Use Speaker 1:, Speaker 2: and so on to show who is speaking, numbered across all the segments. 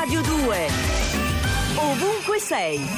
Speaker 1: Radio 2. Ovunque sei.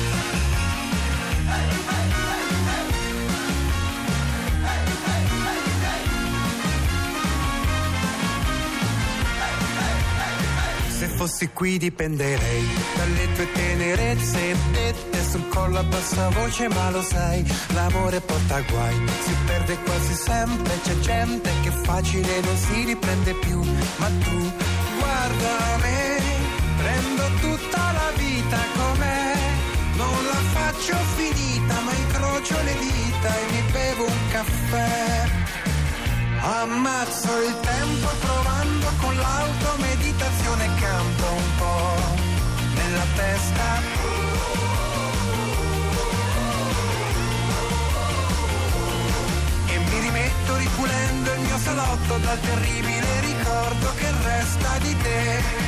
Speaker 2: Se fossi qui dipenderei dalle tue tenerezze dette sul collo a bassa voce, ma lo sai, l'amore porta guai, si perde quasi sempre, c'è gente che facile non si riprende più, ma tu guarda me, prendo tutta la vita com'è, non la faccio finita, ma incrocio le dita e mi bevo un caffè. Ammazzo il tempo provando con l'automeditazione, canto un po' nella testa. E mi rimetto ripulendo il mio salotto dal terribile ricordo che resta di te.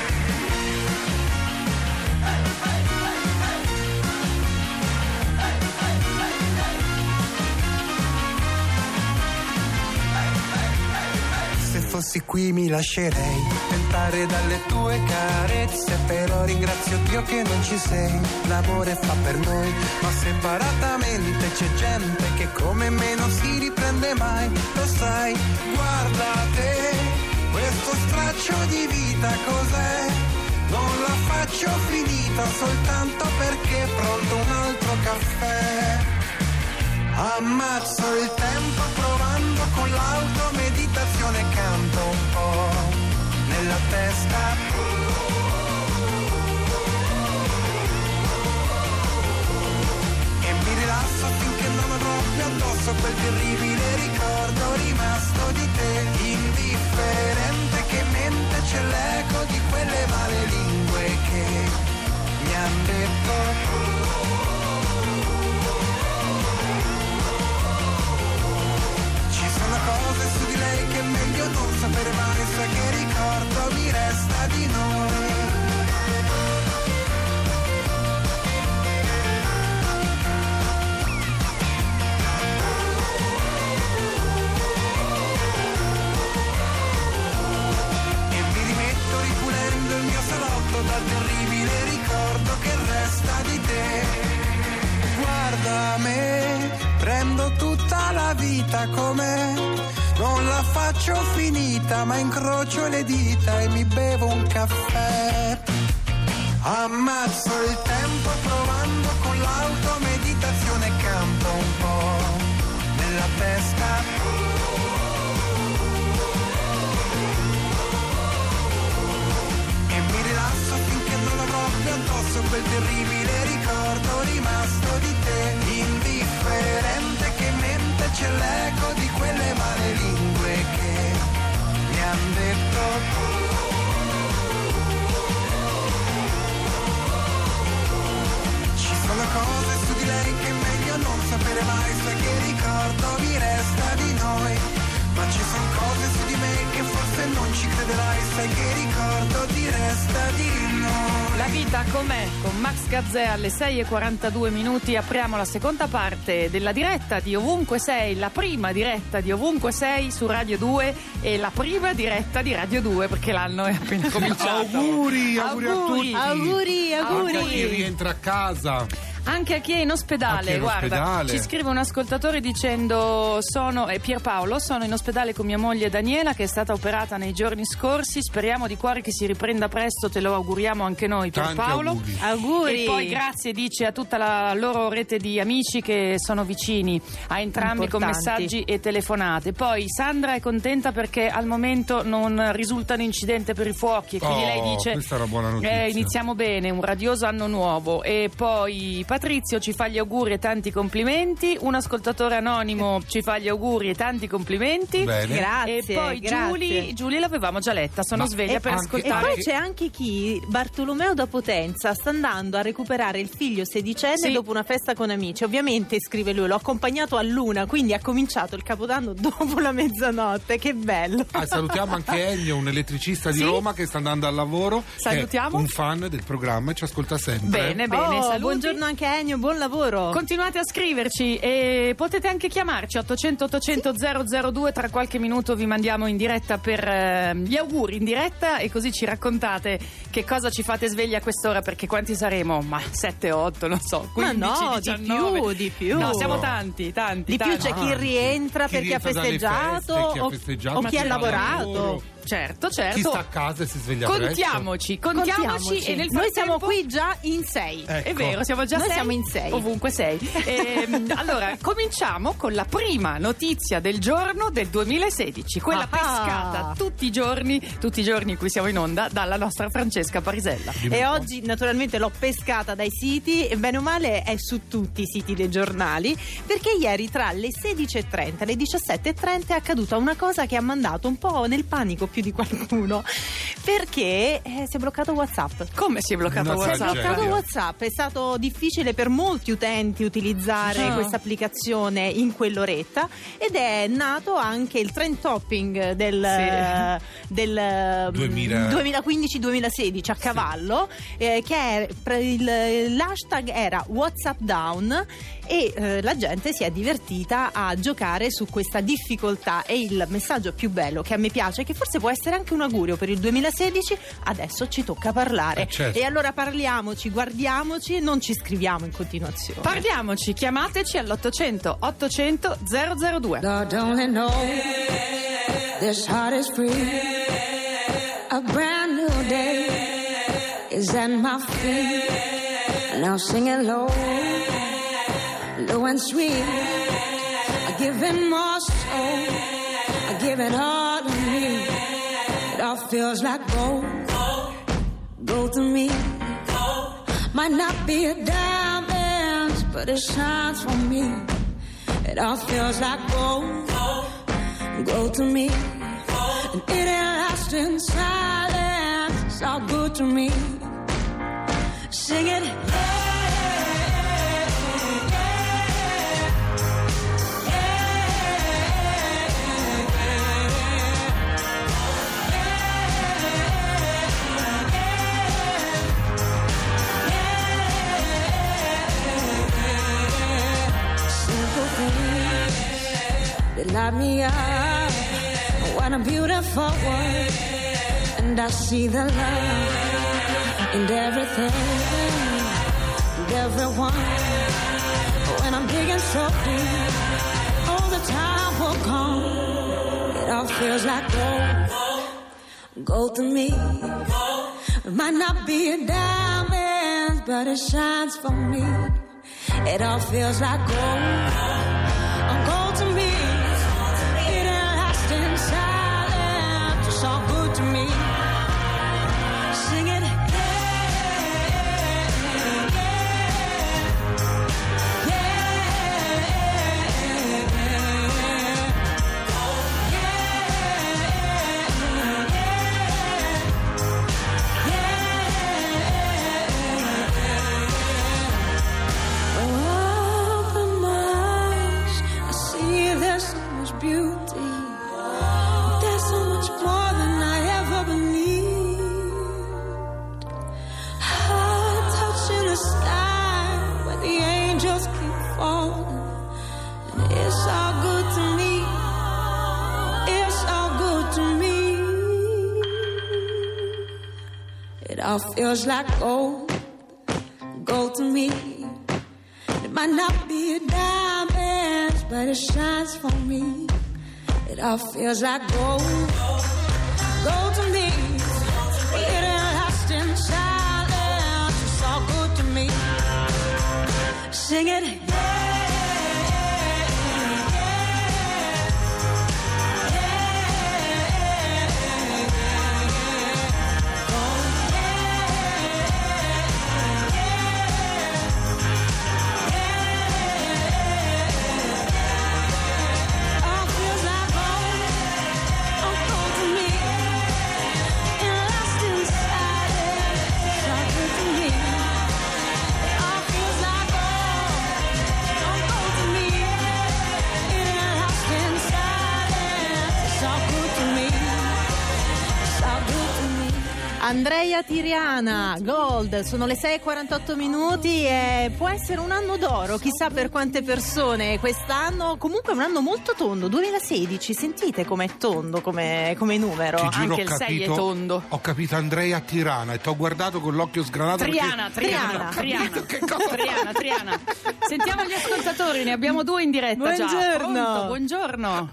Speaker 2: Se fossi qui mi lascerei tentare dalle tue carezze, però ringrazio Dio che non ci sei. L'amore fa per noi, ma separatamente c'è gente che come me non si riprende mai. Lo sai, guarda te, questo straccio di vita cos'è? Non la faccio finita soltanto perché è pronto un altro caffè. Ammazzo il tempo provando con l'automeditazione, canto un po' nella testa. E mi rilasso finché non avrò più addosso quel terribile ricordo rimasto di te. Indifferente che mente c'è l'eco di quelle male lingue che mi han detto. Cose su di lei che è meglio non sapere mai, sai che ricordo mi resta di noi. E mi rimetto ripulendo il mio salotto dal terribile ricordo che resta di te. Guarda me, prendo tutta la vita com'è, non la faccio finita, ma incrocio le dita e mi bevo un caffè. Ammazzo il tempo provando con l'automeditazione, canto un po' nella testa. E mi rilasso finché non avrò più addosso quel terribile ricordo rimasto di te. Indifferente che mente c'è l'eco di quelle male lingue che mi han detto. Ci sono cose su di lei che è meglio non sapere mai, sai che ricordo mi resta di noi. Ma ci sono cose su di me che forse non ci crederai, sai che ricordo ti resta di noi.
Speaker 3: La vita com'è? Con Max Gazzè alle 6:42 apriamo la seconda parte della diretta di Ovunque Sei, la prima diretta di Ovunque Sei su Radio 2 e la prima diretta di Radio 2 perché l'anno è appena cominciato.
Speaker 4: Auguri a tutti.
Speaker 5: Auguri.
Speaker 4: Anche a chi rientra a casa.
Speaker 3: Anche a chi è in ospedale, guarda, ci scrive un ascoltatore dicendo Pierpaolo, sono in ospedale con mia moglie Daniela che è stata operata nei giorni scorsi, speriamo di cuore che si riprenda presto, te lo auguriamo anche noi Pierpaolo.
Speaker 5: Auguri.
Speaker 3: E poi grazie dice a tutta la loro rete di amici che sono vicini a entrambi con messaggi e telefonate. Poi Sandra è contenta perché al momento non risultano incidenti per i fuochi e quindi lei dice
Speaker 4: questa è una buona notizia.
Speaker 3: Iniziamo bene, un radioso anno nuovo. E poi Patrizio ci fa gli auguri e tanti complimenti, un ascoltatore anonimo ci fa gli auguri e tanti complimenti.
Speaker 4: Bene.
Speaker 5: Grazie.
Speaker 3: E poi Giulia l'avevamo già letta, sono sveglia per ascoltare.
Speaker 5: E poi c'è anche chi, Bartolomeo da Potenza, sta andando a recuperare il figlio sedicenne dopo una festa con amici. Ovviamente, scrive lui, l'ho accompagnato a Luna, quindi ha cominciato il Capodanno dopo la mezzanotte. Che bello.
Speaker 4: Salutiamo anche Ennio, un elettricista di Roma che sta andando al lavoro.
Speaker 3: Salutiamo.
Speaker 4: È un fan del programma e ci ascolta sempre.
Speaker 3: Bene, saluti.
Speaker 5: Buongiorno anche anche Ennio, buon lavoro.
Speaker 3: Continuate a scriverci e potete anche chiamarci 800 800 002. Tra qualche minuto vi mandiamo in diretta per gli auguri in diretta, e così ci raccontate che cosa ci fate sveglia a quest'ora, perché quanti saremo? Ma 7, 8, non so, 15,
Speaker 5: Ma no,
Speaker 3: 19.
Speaker 5: di più.
Speaker 3: No, siamo tanti.
Speaker 5: Di più c'è chi rientra perché ha festeggiato o chi ha lavorato.
Speaker 3: Certo.
Speaker 4: Chi sta a casa e si sveglia
Speaker 3: Contiamoci e nel frattempo
Speaker 5: noi siamo qui già in 6.
Speaker 4: Ecco.
Speaker 3: È vero, siamo già
Speaker 5: Noi
Speaker 3: 6.
Speaker 5: siamo in 6.
Speaker 3: Ovunque 6. Allora, cominciamo con la prima notizia del giorno del 2016, quella pescata tutti i giorni in cui siamo in onda dalla nostra Francesca Parisella.
Speaker 5: E oggi naturalmente l'ho pescata dai siti, e bene o male è su tutti i siti dei giornali, perché ieri tra le 16:30 e le 17:30 è accaduta una cosa che ha mandato un po' nel panico più di qualcuno, perché si è bloccato WhatsApp.
Speaker 3: Come si è bloccato WhatsApp?
Speaker 5: Si è bloccato WhatsApp, è stato difficile per molti utenti utilizzare questa applicazione in quell'oretta, ed è nato anche il trend topping del 2015-2016 a cavallo, che l'hashtag era WhatsApp down, e la gente si è divertita a giocare su questa difficoltà. E il messaggio più bello che a me piace, che forse può essere anche un augurio per il 2016, adesso ci tocca parlare.
Speaker 4: Certo.
Speaker 5: E allora parliamoci, guardiamoci e non ci scriviamo in continuazione.
Speaker 3: Parliamoci, chiamateci all'800 800 002.
Speaker 6: Lord only knows this heart is free. A brand new day is at my feet. Now sing it low and sweet. I give it more soul, I give it all to me. It all feels like gold, gold to me. Might not be a diamond, but it shines for me. It all feels like gold, gold to me. And it ain't lost in silence, it's all good to me. Sing it. They light me up. What a beautiful world. And I see the love in everything and everyone. When I'm digging so deep, all the time will come. It all feels like gold, gold to me. It might not be a diamond, but it shines for me. It all feels like gold, gold to me. It ain't lost in silence, it's all good to me. Sing it. It all feels like gold, gold to me. It might not be a diamond, but it shines for me. It all feels like gold, gold to me. It ain't lost in silence, it's all good to me. Sing it. All feels like gold, oh, gold to
Speaker 5: Andrea Tiriana, Gold, sono le 6:48 minuti e può essere un anno d'oro, chissà per quante persone quest'anno, comunque un anno molto tondo, 2016, sentite com'è tondo come numero.
Speaker 4: Ti giuro,
Speaker 3: Anche il 6 è tondo.
Speaker 4: Ho capito Andrea Tirana e ti ho guardato con l'occhio sgranato.
Speaker 3: Triana.
Speaker 4: Che cosa?
Speaker 3: Triana. Sentiamo gli ascoltatori, ne abbiamo 2 in diretta.
Speaker 5: Buongiorno.
Speaker 3: Già. Buongiorno.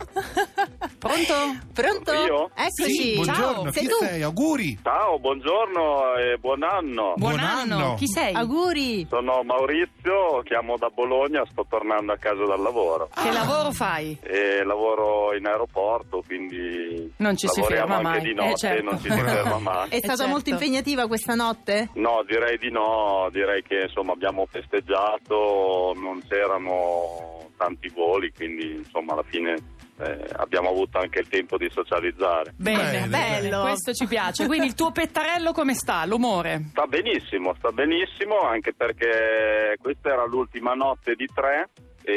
Speaker 3: Pronto?
Speaker 7: Io?
Speaker 5: Eccoci.
Speaker 3: Sì,
Speaker 4: Buongiorno,
Speaker 5: Sei
Speaker 4: chi
Speaker 5: tu?
Speaker 4: sei? Auguri.
Speaker 7: Ciao, buongiorno e buon anno.
Speaker 3: Buon
Speaker 4: Buon
Speaker 3: anno.
Speaker 4: anno.
Speaker 3: Chi sei?
Speaker 5: Auguri.
Speaker 7: Sono Maurizio, chiamo da Bologna, sto tornando a casa dal lavoro.
Speaker 3: Che lavoro fai?
Speaker 7: E lavoro in aeroporto, quindi
Speaker 3: Non ci si
Speaker 7: lavoriamo
Speaker 3: ferma
Speaker 7: anche
Speaker 3: mai.
Speaker 7: di notte,
Speaker 3: Certo.
Speaker 7: non ci si ferma mai.
Speaker 5: È stata
Speaker 3: certo.
Speaker 5: molto impegnativa questa notte?
Speaker 7: No, direi di no, direi che insomma abbiamo festeggiato, non c'erano tanti voli, quindi insomma alla fine abbiamo avuto anche il tempo di socializzare.
Speaker 3: Bene,
Speaker 5: bello.
Speaker 3: Questo ci piace. Quindi il tuo pettarello come sta? L'umore?
Speaker 7: Sta benissimo, anche perché questa era l'ultima notte di 3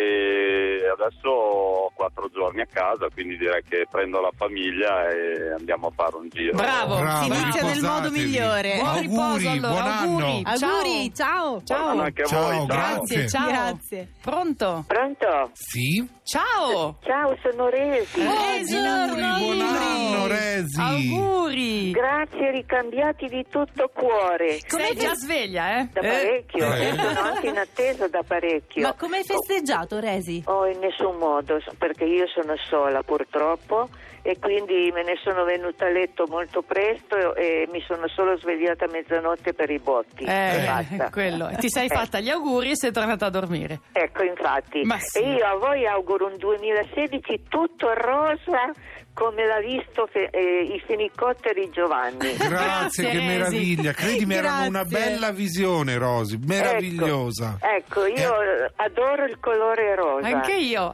Speaker 7: e adesso ho 4 giorni a casa, quindi direi che prendo la famiglia e andiamo a fare un giro.
Speaker 3: Bravo.
Speaker 5: Si inizia nel modo
Speaker 4: riposatevi.
Speaker 5: migliore.
Speaker 3: Buon
Speaker 4: Auguri,
Speaker 3: riposo allora.
Speaker 4: buon anno.
Speaker 5: Auguri, ciao.
Speaker 7: Buon anno anche a
Speaker 4: Ciao,
Speaker 7: voi, ciao.
Speaker 3: Grazie, ciao.
Speaker 5: Grazie.
Speaker 3: Pronto?
Speaker 8: Pronto?
Speaker 4: Sì?
Speaker 3: Ciao.
Speaker 8: Ciao, sono Resi.
Speaker 4: Buon anno, Resi.
Speaker 3: Auguri.
Speaker 8: Grazie, ricambiati di tutto cuore.
Speaker 3: Sei già sveglia,
Speaker 8: Da parecchio,
Speaker 4: Eh.
Speaker 8: sono anche in attesa da parecchio.
Speaker 5: Ma come hai festeggiato, Resi?
Speaker 8: Oh, in nessun modo, perché io sono sola purtroppo e quindi me ne sono venuta a letto molto presto e mi sono solo svegliata a mezzanotte per i botti. E basta.
Speaker 3: quello. Ti sei fatta gli auguri e sei tornata a dormire.
Speaker 8: Ecco, infatti.
Speaker 3: Ma sì.
Speaker 8: E io a voi auguro un 2016 tutto rosa come l'ha visto i fenicotteri Giovanni.
Speaker 4: Grazie, che
Speaker 3: Resi.
Speaker 4: meraviglia. Credimi, erano una
Speaker 5: Grazie.
Speaker 4: bella visione, Rosi, meravigliosa.
Speaker 8: Ecco, io adoro il colore rosa.
Speaker 3: Anche io.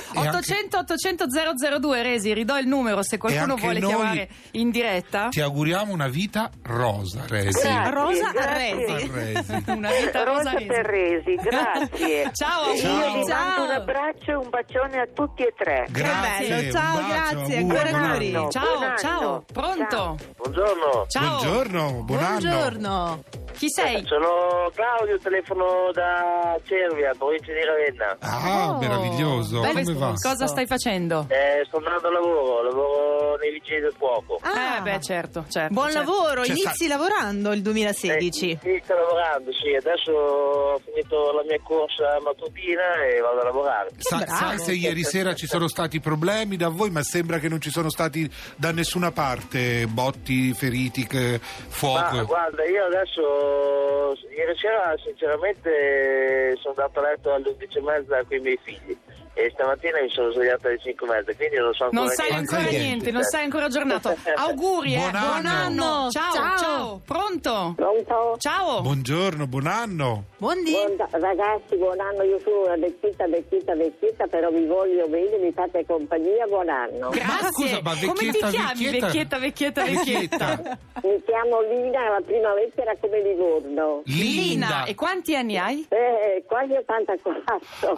Speaker 3: 800 800 002 Resi, ridò il numero se qualcuno
Speaker 4: anche
Speaker 3: vuole
Speaker 4: noi
Speaker 3: chiamare in diretta.
Speaker 4: Ti auguriamo una vita rosa, Resi.
Speaker 8: Grazie,
Speaker 5: Rosa a
Speaker 8: grazie.
Speaker 5: Resi.
Speaker 4: Resi.
Speaker 3: Una vita rosa
Speaker 8: Rosa per Resi, grazie.
Speaker 3: Ciao,
Speaker 8: E io vi
Speaker 3: auguri.
Speaker 8: mando un abbraccio e un bacione a tutti e tre.
Speaker 4: Grazie,
Speaker 5: bello, ciao,
Speaker 4: un bacio,
Speaker 5: grazie,
Speaker 4: auguri.
Speaker 5: ancora auguri.
Speaker 8: Buon
Speaker 3: Ciao,
Speaker 8: anno.
Speaker 3: ciao. Pronto?
Speaker 7: Buongiorno,
Speaker 3: Ciao.
Speaker 4: Buongiorno, buon anno.
Speaker 5: Buongiorno.
Speaker 3: Chi sei?
Speaker 9: Sono Claudio, telefono da Cervia, provincia di Ravenna.
Speaker 4: Ah,
Speaker 5: Oh,
Speaker 4: meraviglioso.
Speaker 5: bel
Speaker 4: Come va?
Speaker 5: posto.
Speaker 3: Cosa stai facendo?
Speaker 9: Sto andando a lavoro nei vigili del fuoco.
Speaker 3: Beh, certo.
Speaker 5: Buon
Speaker 3: certo.
Speaker 5: lavoro,
Speaker 4: C'è
Speaker 5: inizi lavorando il 2016.
Speaker 9: Sì, sto lavorando, sì. Adesso ho finito la mia corsa mattutina e vado a lavorare.
Speaker 4: Sai se ieri sera ci sono stati problemi da voi, ma sembra che non ci sono stati da nessuna parte botti, feriti,
Speaker 9: Ma
Speaker 4: fuoco.
Speaker 9: guarda, io adesso, ieri sera sinceramente sono andato a letto alle 11:30 con i miei figli. E stamattina mi sono svegliato alle 5:30, quindi non so ancora
Speaker 3: Non sai
Speaker 9: niente.
Speaker 3: ancora niente, non sei ancora aggiornato. Auguri,
Speaker 4: Buon
Speaker 3: buon
Speaker 4: anno.
Speaker 3: anno. Ciao,
Speaker 5: Ciao.
Speaker 3: ciao. Pronto?
Speaker 8: Pronto?
Speaker 3: Ciao.
Speaker 4: Buongiorno, buon anno.
Speaker 5: Buondì.
Speaker 8: Ragazzi, buon anno, io sono una vecchietta, però vi voglio bene, mi fate compagnia, buon anno.
Speaker 3: Grazie.
Speaker 4: scusa, ma
Speaker 3: Come ti
Speaker 4: vecchietta,
Speaker 3: chiami?
Speaker 4: vecchietta?
Speaker 3: Vecchietta.
Speaker 8: Mi chiamo Lina, la prima lettera come Livorno.
Speaker 3: Lina, e quanti anni hai?
Speaker 8: Quasi 84.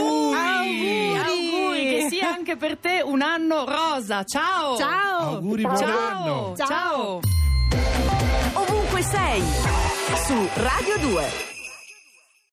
Speaker 3: Auguri, che sia anche per te un anno rosa. Ciao.
Speaker 5: Ciao.
Speaker 4: Auguri, buon
Speaker 3: Ciao.
Speaker 4: anno.
Speaker 3: Ciao.
Speaker 1: Ovunque sei su Radio 2.